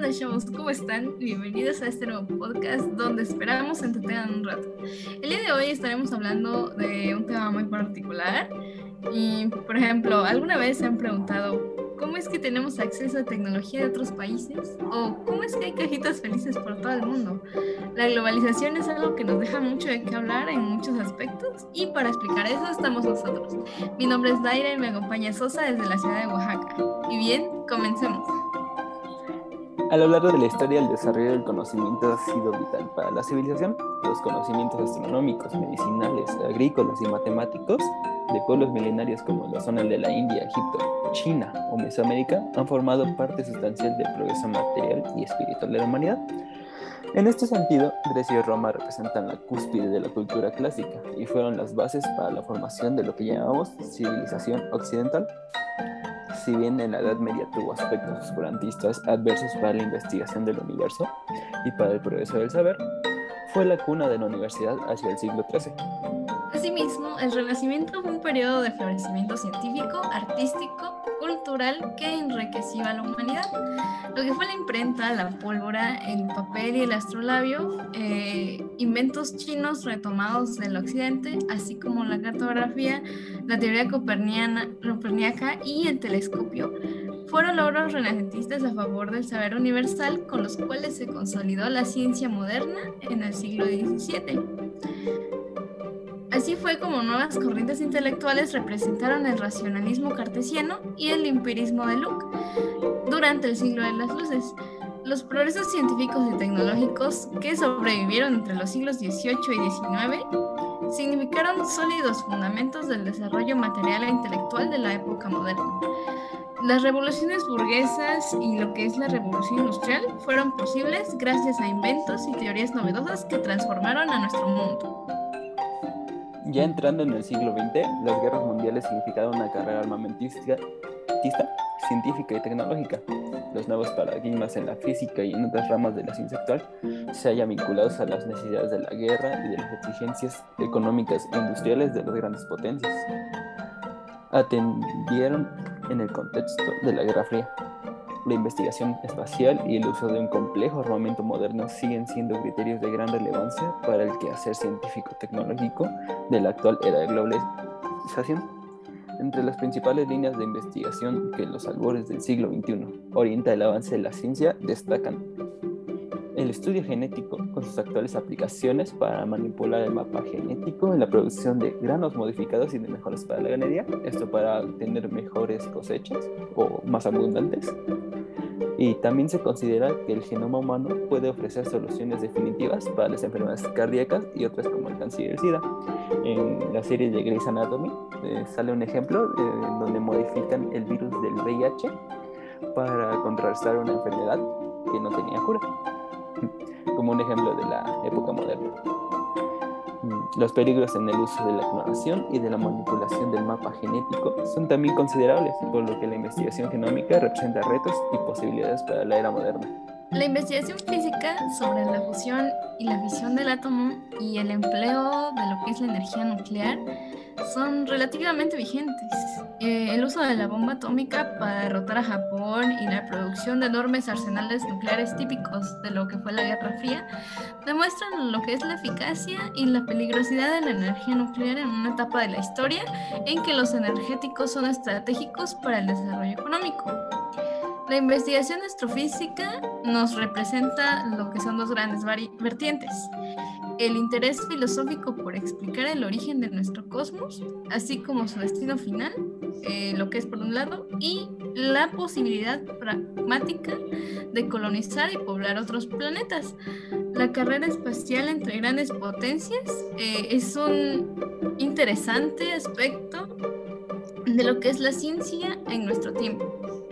onda, chavos? ¿Cómo están? Bienvenidos a este nuevo podcast donde esperamos entretengan un rato. El día de hoy estaremos hablando de un tema muy particular y, por ejemplo, ¿alguna vez se han preguntado cómo es que tenemos acceso a tecnología de otros países? ¿O cómo es que hay cajitas felices por todo el mundo? La globalización es algo que nos deja mucho de qué hablar en muchos aspectos y para explicar eso estamos nosotros. Mi nombre es Daira y me acompaña Sosa desde la ciudad de Oaxaca. Y bien, comencemos. A lo largo de la historia, el desarrollo del conocimiento ha sido vital para la civilización. Los conocimientos astronómicos, medicinales, agrícolas y matemáticos de pueblos milenarios como la zona de la India, Egipto, China o Mesoamérica han formado parte sustancial del progreso material y espiritual de la humanidad. En este sentido, Grecia y Roma representan la cúspide de la cultura clásica y fueron las bases para la formación de lo que llamamos civilización occidental. Si bien en la Edad Media tuvo aspectos oscurantistas adversos para la investigación del universo y para el progreso del saber, fue la cuna de la universidad hacia el siglo XIII. Asimismo, el Renacimiento fue un periodo de florecimiento científico, artístico, cultural que enriqueció a la humanidad. Lo que fue la imprenta, la pólvora, el papel y el astrolabio, inventos chinos retomados del occidente, así como la cartografía, la teoría coperníaca y el telescopio, fueron logros renacentistas a favor del saber universal con los cuales se consolidó la ciencia moderna en el siglo XVII. Así fue como nuevas corrientes intelectuales representaron el racionalismo cartesiano y el empirismo de Locke. Durante el siglo de las luces, los progresos científicos y tecnológicos que sobrevivieron entre los siglos XVIII y XIX significaron sólidos fundamentos del desarrollo material e intelectual de la época moderna. Las revoluciones burguesas y lo que es la revolución industrial fueron posibles gracias a inventos y teorías novedosas que transformaron a nuestro mundo. Ya entrando en el siglo XX, las guerras mundiales significaron una carrera armamentista, científica y tecnológica. Los nuevos paradigmas en la física y en otras ramas de la ciencia actual se hallan vinculados a las necesidades de la guerra y de las exigencias económicas e industriales de las grandes potencias. Atendieron en el contexto de la Guerra Fría. La investigación espacial y el uso de un complejo armamento moderno siguen siendo criterios de gran relevancia para el quehacer científico-tecnológico de la actual era de globalización. Entre las principales líneas de investigación que en los albores del siglo XXI orienta el avance de la ciencia destacan el estudio genético con sus actuales aplicaciones para manipular el mapa genético en la producción de granos modificados y de mejoras para la ganadería, esto para tener mejores cosechas o más abundantes. Y también se considera que el genoma humano puede ofrecer soluciones definitivas para las enfermedades cardíacas y otras como el cáncer y el SIDA. En la serie de Grey's Anatomy sale un ejemplo donde modifican el virus del VIH para contrarrestar una enfermedad que no tenía cura, como un ejemplo de la época moderna. Los peligros en el uso de la clonación y de la manipulación del mapa genético son también considerables, por lo que la investigación genómica representa retos y posibilidades para la era moderna. La investigación física sobre la fusión y la fisión del átomo y el empleo de lo que es la energía nuclear son relativamente vigentes. El uso de la bomba atómica para derrotar a Japón y la producción de enormes arsenales nucleares típicos de lo que fue la Guerra Fría demuestran lo que es la eficacia y la peligrosidad de la energía nuclear en una etapa de la historia en que los energéticos son estratégicos para el desarrollo económico. La investigación astrofísica nos representa lo que son dos grandes vertientes: el interés filosófico por explicar el origen de nuestro cosmos, así como su destino final, lo que es por un lado, y la posibilidad pragmática de colonizar y poblar otros planetas. La carrera espacial entre grandes potencias es un interesante aspecto de lo que es la ciencia en nuestro tiempo.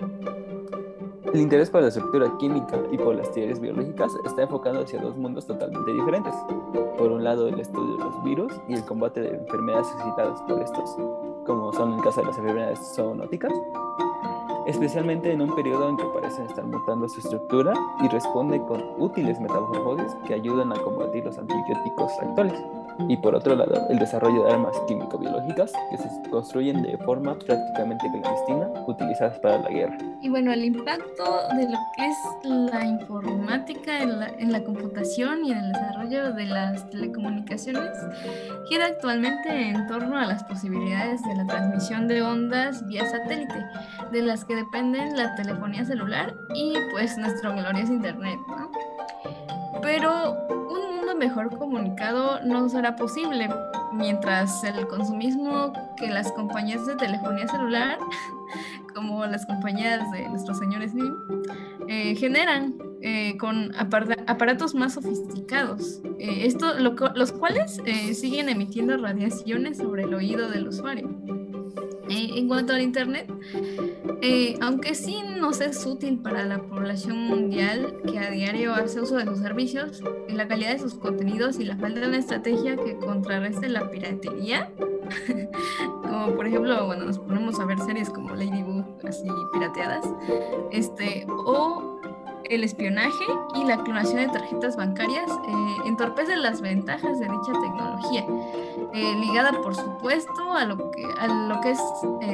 El interés por la estructura química y por las teorías biológicas está enfocado hacia dos mundos totalmente diferentes. Por un lado, el estudio de los virus y el combate de enfermedades suscitadas por estos, como son el caso de las enfermedades zoonóticas. especialmente en un periodo en que parecen estar mutando su estructura y responde con útiles metamorfosis que ayudan a combatir los antibióticos actuales. Y por otro lado, el desarrollo de armas químico-biológicas que se construyen de forma prácticamente clandestina, utilizadas para la guerra. Y bueno, el impacto de lo que es la informática en la computación y en el desarrollo de las telecomunicaciones gira actualmente en torno a las posibilidades de la transmisión de ondas vía satélite, de las que dependen la telefonía celular y pues nuestro glorioso internet, ¿no? Pero un mundo mejor comunicado no será posible mientras el consumismo que las compañías de telefonía celular, como las compañías de nuestro señor Slim, generan con aparatos más sofisticados, los cuales siguen emitiendo radiaciones sobre el oído del usuario. En cuanto al Internet, aunque sí nos es útil para la población mundial que a diario hace uso de sus servicios, la calidad de sus contenidos y la falta de una estrategia que contrarreste la piratería, como por ejemplo, bueno, nos ponemos a ver series como Ladybug, así pirateadas, o el espionaje y la clonación de tarjetas bancarias entorpecen las ventajas de dicha tecnología, ligada por supuesto a lo que es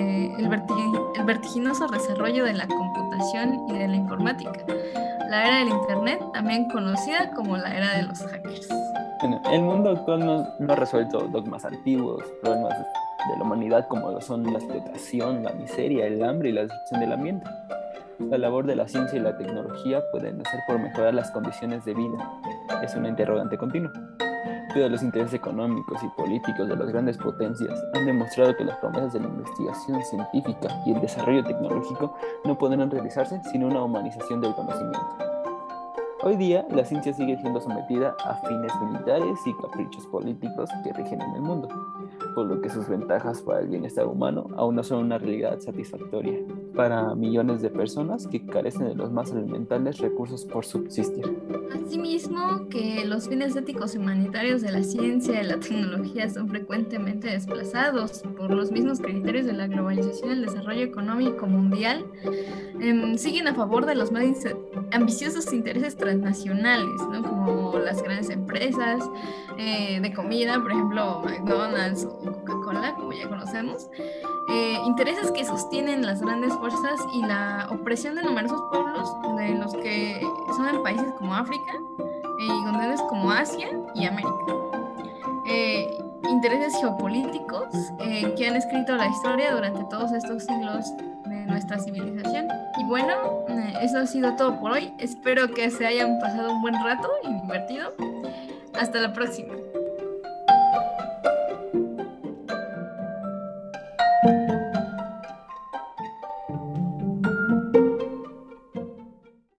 el vertiginoso desarrollo de la computación y de la informática, la era del Internet, también conocida como la era de los hackers. Bueno, el mundo actual no ha resuelto dogmas antiguos, problemas de la humanidad como lo son la explotación, la miseria, el hambre y la destrucción del ambiente. La labor de la ciencia y la tecnología pueden hacer por mejorar las condiciones de vida. Es una interrogante continua. Pero los intereses económicos y políticos de las grandes potencias han demostrado que las promesas de la investigación científica y el desarrollo tecnológico no podrán realizarse sin una humanización del conocimiento. Hoy día, la ciencia sigue siendo sometida a fines militares y caprichos políticos que rigen en el mundo, por lo que sus ventajas para el bienestar humano aún no son una realidad satisfactoria para millones de personas que carecen de los más elementales recursos por subsistir. Asimismo, que los fines éticos y humanitarios de la ciencia y la tecnología son frecuentemente desplazados por los mismos criterios de la globalización y el desarrollo económico mundial, siguen a favor de los más ambiciosos intereses transnacionales, ¿no? Como las grandes empresas de comida, por ejemplo, McDonald's o Coca-Cola, como ya conocemos, intereses que sostienen las grandes fuerzas y la opresión de numerosos pueblos, de los que son en países como África y continentes como Asia y América. Intereses geopolíticos que han escrito la historia durante todos estos siglos de nuestra civilización. Y bueno, eso ha sido todo por hoy. Espero que se hayan pasado un buen rato y divertido. Hasta la próxima.